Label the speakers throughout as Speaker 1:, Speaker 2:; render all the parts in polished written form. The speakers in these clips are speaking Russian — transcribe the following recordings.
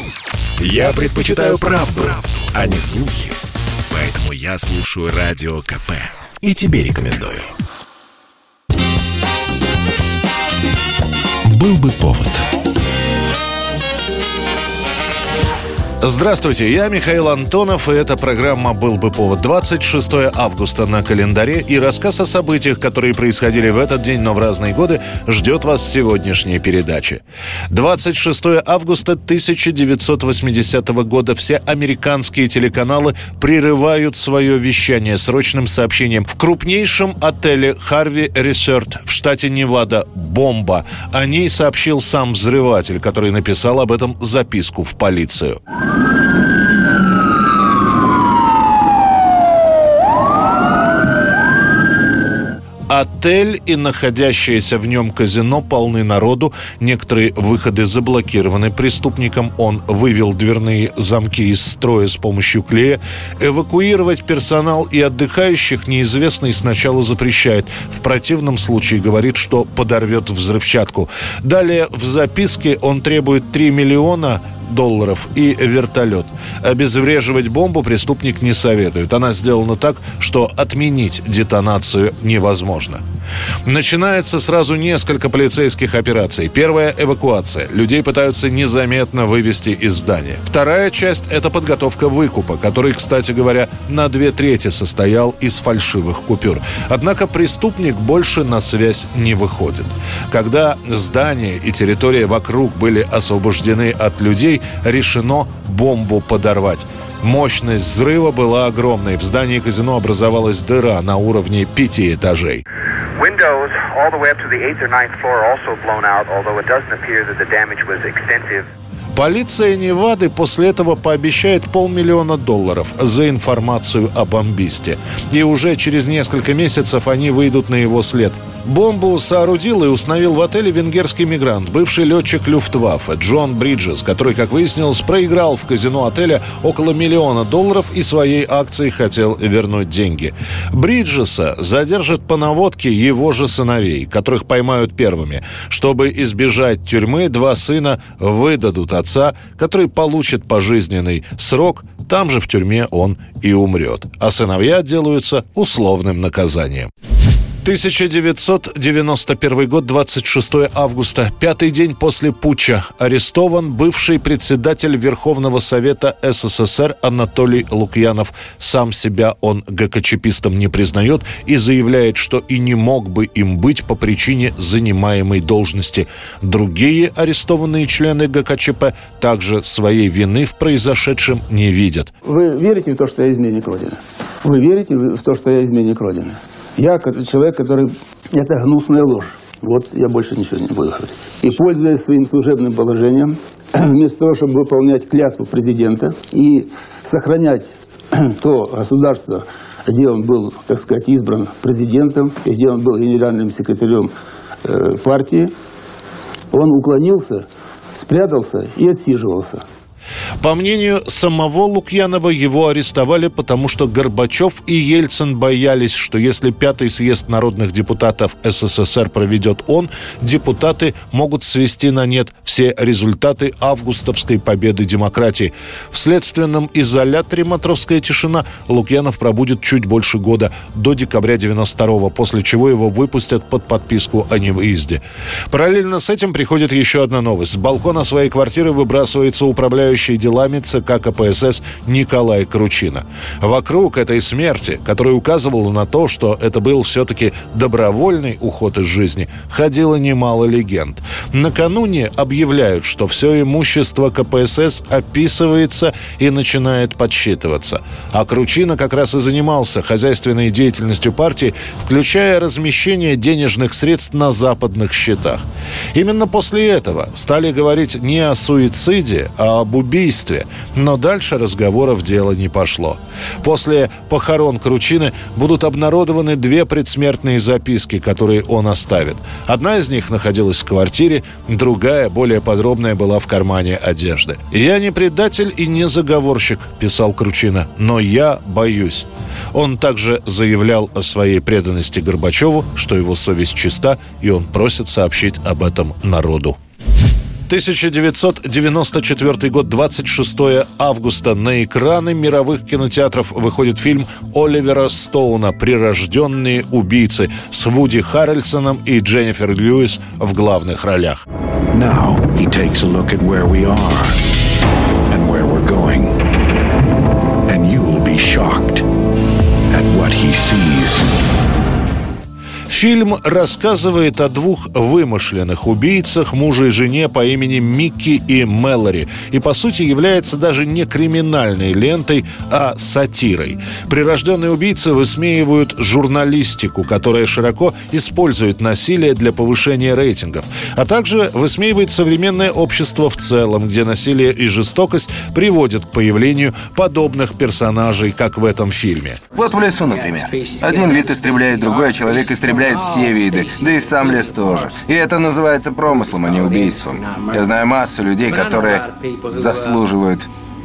Speaker 1: Я предпочитаю правду, а не слухи. Поэтому я слушаю Радио КП. И тебе рекомендую. Был бы повод.
Speaker 2: Здравствуйте, я Михаил Антонов, и эта программа «Был бы повод». 26 августа на календаре, и рассказ о событиях, которые происходили в этот день, но в разные годы, ждет вас в сегодняшней передаче. 26 августа 1980 года все американские телеканалы прерывают свое вещание срочным сообщением. В крупнейшем отеле Harvey Resort в штате Невада бомба. О ней сообщил сам взрыватель, который написал об этом записку в полицию. Отель и находящееся в нем казино полны народу. Некоторые выходы заблокированы преступником. Он вывел дверные замки из строя с помощью клея. Эвакуировать персонал и отдыхающих неизвестный сначала запрещает. В противном случае говорит, что подорвет взрывчатку. Далее в записке он требует $3 миллиона и вертолет. Обезвреживать бомбу преступник не советует. Она сделана так, что отменить детонацию невозможно. Начинается сразу несколько полицейских операций. Первая – эвакуация. Людей пытаются незаметно вывести из здания. Вторая часть – это подготовка выкупа, который, кстати говоря, на 2/3 состоял из фальшивых купюр. Однако преступник больше на связь не выходит. Когда здание и территория вокруг были освобождены от людей, решено бомбу подорвать. Мощность взрыва была огромной. В здании казино образовалась дыра на уровне 5 этажей.
Speaker 3: Windows all the way up to the 8th or 9th floor are also blown out, although it doesn't appear that the damage was extensive.
Speaker 2: Полиция Невады после этого пообещает $500 000 за информацию о бомбисте. И уже через несколько месяцев они выйдут на его след. Бомбу соорудил и установил в отеле венгерский мигрант, бывший летчик Люфтваффе Джон Бриджес, который, как выяснилось, проиграл в казино отеля около $1 миллиона и своей акцией хотел вернуть деньги. Бриджеса задержат по наводке его же сыновей, которых поймают первыми. Чтобы избежать тюрьмы, 2 сына выдадут отца, который получит пожизненный срок. Там же в тюрьме он и умрет. А сыновья отделаются условным наказанием. 1991 год, 26 августа, 5-й день после путча. Арестован бывший председатель Верховного Совета СССР Анатолий Лукьянов. Сам себя он ГКЧПистом не признает и заявляет, что и не мог бы им быть по причине занимаемой должности. Другие арестованные члены ГКЧП также своей вины в произошедшем не видят.
Speaker 4: Вы верите в то, что я изменник Родины? Вы верите в то, что я изменник Родины? Я человек, который... Это гнусная ложь. Вот я больше ничего не буду говорить. И, пользуясь своим служебным положением, вместо того, чтобы выполнять клятву президента и сохранять то государство, где он был, так сказать, избран президентом, и где он был генеральным секретарем партии, он уклонился, спрятался и отсиживался.
Speaker 2: По мнению самого Лукьянова, его арестовали, потому что Горбачев и Ельцин боялись, что если 5-й съезд народных депутатов СССР проведет он, депутаты могут свести на нет все результаты августовской победы демократии. В следственном изоляторе «Матросская тишина» Лукьянов пробудет чуть больше года, до декабря 92-го, после чего его выпустят под подписку о невыезде. Параллельно с этим приходит еще одна новость. С балкона своей квартиры выбрасывается управляющий делами ЦК КПСС Николай Кручина. Вокруг этой смерти, которая указывала на то, что это был все-таки добровольный уход из жизни, ходило немало легенд. Накануне объявляют, что все имущество КПСС описывается и начинает подсчитываться. А Кручина как раз и занимался хозяйственной деятельностью партии, включая размещение денежных средств на западных счетах. Именно после этого стали говорить не о суициде, а об убийстве. Но дальше разговоров дело не пошло. После похорон Кручины будут обнародованы 2 предсмертные записки, которые он оставит. Одна из них находилась в квартире, другая, более подробная, была в кармане одежды. «Я не предатель и не заговорщик», — писал Кручина, — «но я боюсь». Он также заявлял о своей преданности Горбачеву, что его совесть чиста, и он просит сообщить об этом народу. 1994 год, 26 августа. На экраны мировых кинотеатров выходит фильм Оливера Стоуна «Прирожденные убийцы» с Вуди Харрельсоном и Дженнифер Льюис в главных ролях.
Speaker 5: Now he takes a look at where we are and where we're going. And you will be shocked at what he sees.
Speaker 2: Фильм рассказывает о двух вымышленных убийцах, муже и жене по имени Микки и Мэлори, и, по сути, является даже не криминальной лентой, а сатирой. Прирожденные убийцы высмеивают журналистику, которая широко использует насилие для повышения рейтингов, а также высмеивает современное общество в целом, где насилие и жестокость приводят к появлению подобных персонажей, как в этом фильме.
Speaker 6: Вот в лесу, например. Один вид истребляет другой, а человек истребляет все виды, да и сам лес тоже. И это называется промыслом, а не убийством. Я знаю массу людей, которые заслуживают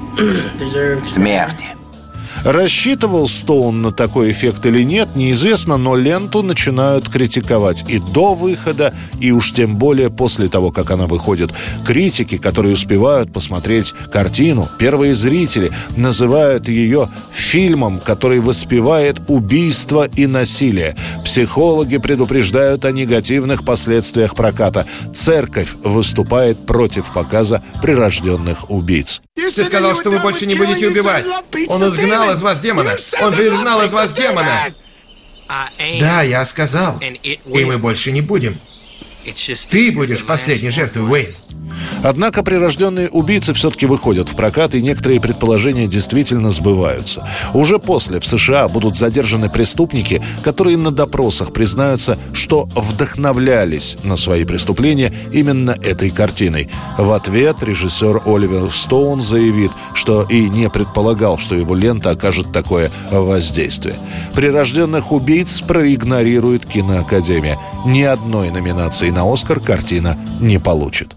Speaker 6: смерти.
Speaker 2: Рассчитывал Стоун на такой эффект или нет, неизвестно, но ленту начинают критиковать и до выхода, и уж тем более после того, как она выходит. Критики, которые успевают посмотреть картину, первые зрители, называют ее фильмом, который воспевает убийство и насилие. Психологи предупреждают о негативных последствиях проката. Церковь выступает против показа прирожденных убийц.
Speaker 7: Ты сказал, что вы больше не будете убивать. Он изгнал из вас демона. Он же изгнал из вас демона. Да, я сказал. И мы больше не будем. Ты будешь последней жертвой, Уэйн.
Speaker 2: Однако прирожденные убийцы все-таки выходят в прокат, и некоторые предположения действительно сбываются. Уже после в США будут задержаны преступники, которые на допросах признаются, что вдохновлялись на свои преступления именно этой картиной. В ответ режиссер Оливер Стоун заявит, что и не предполагал, что его лента окажет такое воздействие. Прирожденных убийц проигнорирует киноакадемия. Ни одной номинации на «Оскар» картина не получит.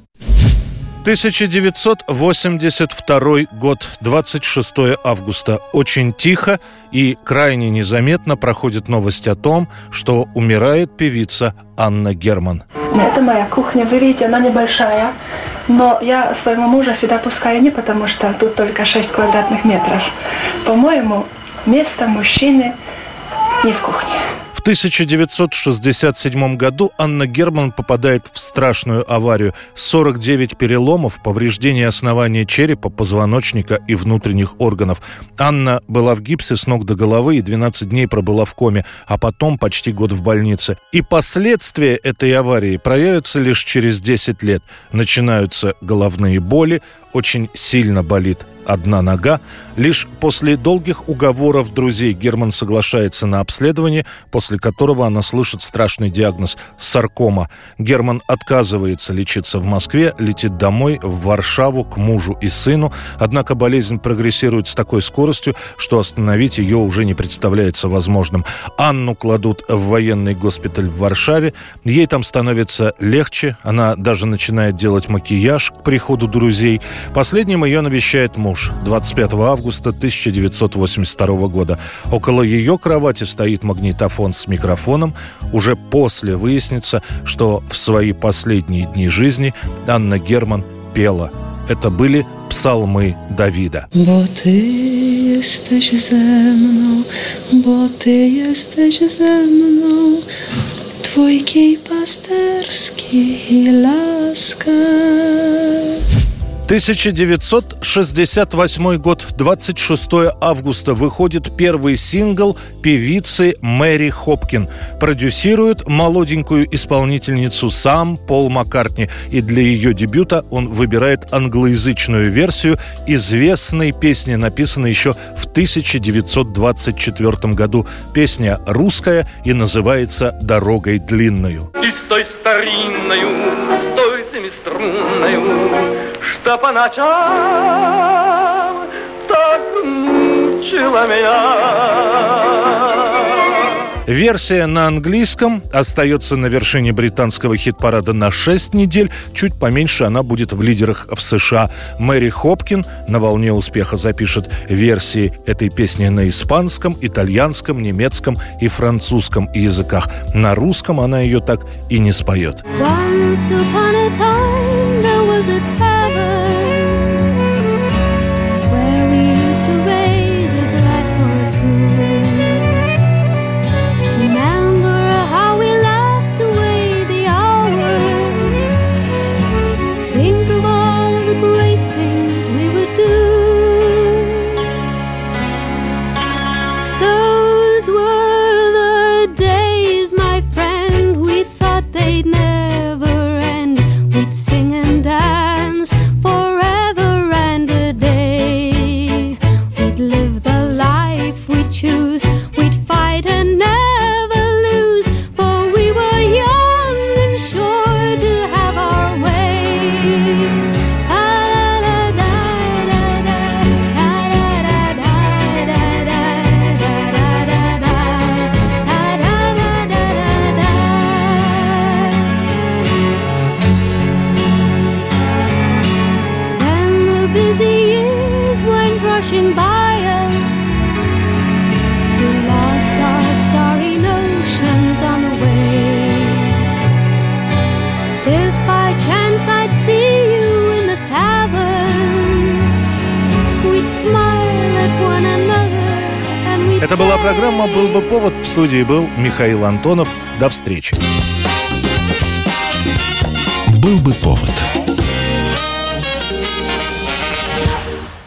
Speaker 2: 1982 год, 26 августа. Очень тихо и крайне незаметно проходит новость о том, что умирает певица Анна Герман.
Speaker 8: Это моя кухня, вы видите, она небольшая, но я своего мужа сюда пускаю не потому, что тут только 6 квадратных метров. По-моему, место мужчины не в кухне.
Speaker 2: В 1967 году Анна Герман попадает в страшную аварию. 49 переломов, повреждения основания черепа, позвоночника и внутренних органов. Анна была в гипсе с ног до головы и 12 дней пробыла в коме, а потом почти год в больнице. И последствия этой аварии проявятся лишь через 10 лет. Начинаются головные боли, очень сильно болит одна нога. Лишь после долгих уговоров друзей Герман соглашается на обследование, после которого она слышит страшный диагноз – саркома. Герман отказывается лечиться в Москве, летит домой, в Варшаву, к мужу и сыну. Однако болезнь прогрессирует с такой скоростью, что остановить ее уже не представляется возможным. Анну кладут в военный госпиталь в Варшаве. Ей там становится легче. Она даже начинает делать макияж к приходу друзей. Последним ее навещает муж. 25 августа 1982 года. Около ее кровати стоит магнитофон с микрофоном. Уже после выяснится, что в свои последние дни жизни Анна Герман пела. Это были псалмы Давида.
Speaker 8: Бо ты jesteś ze mną, bo ty jesteś ze mną, twój kij pasterski i laska. 1968 год, 26 августа, выходит первый сингл певицы Мэри Хопкин. Продюсирует молоденькую исполнительницу сам Пол Маккартни. И для ее дебюта он выбирает англоязычную версию известной песни, написанной еще в 1924 году. Песня русская и называется «Дорогой длинною».
Speaker 9: И той старинною, той семиструнною, что по ночам так мучила меня.
Speaker 2: Версия на английском остается на вершине британского хит-парада на 6 недель. Чуть поменьше она будет в лидерах в США. Мэри Хопкин на волне успеха запишет версии этой песни на испанском, итальянском, немецком и французском языках. На русском она ее так и не споет.
Speaker 10: Once upon a time there was a washing by us. We lost our starry notions on the way. If by chance I'd see you in the tavern, we'd smile at one another and we'd
Speaker 8: Это была программа «Был бы повод». В студии был Михаил Антонов. До встречи.
Speaker 1: «Был бы повод».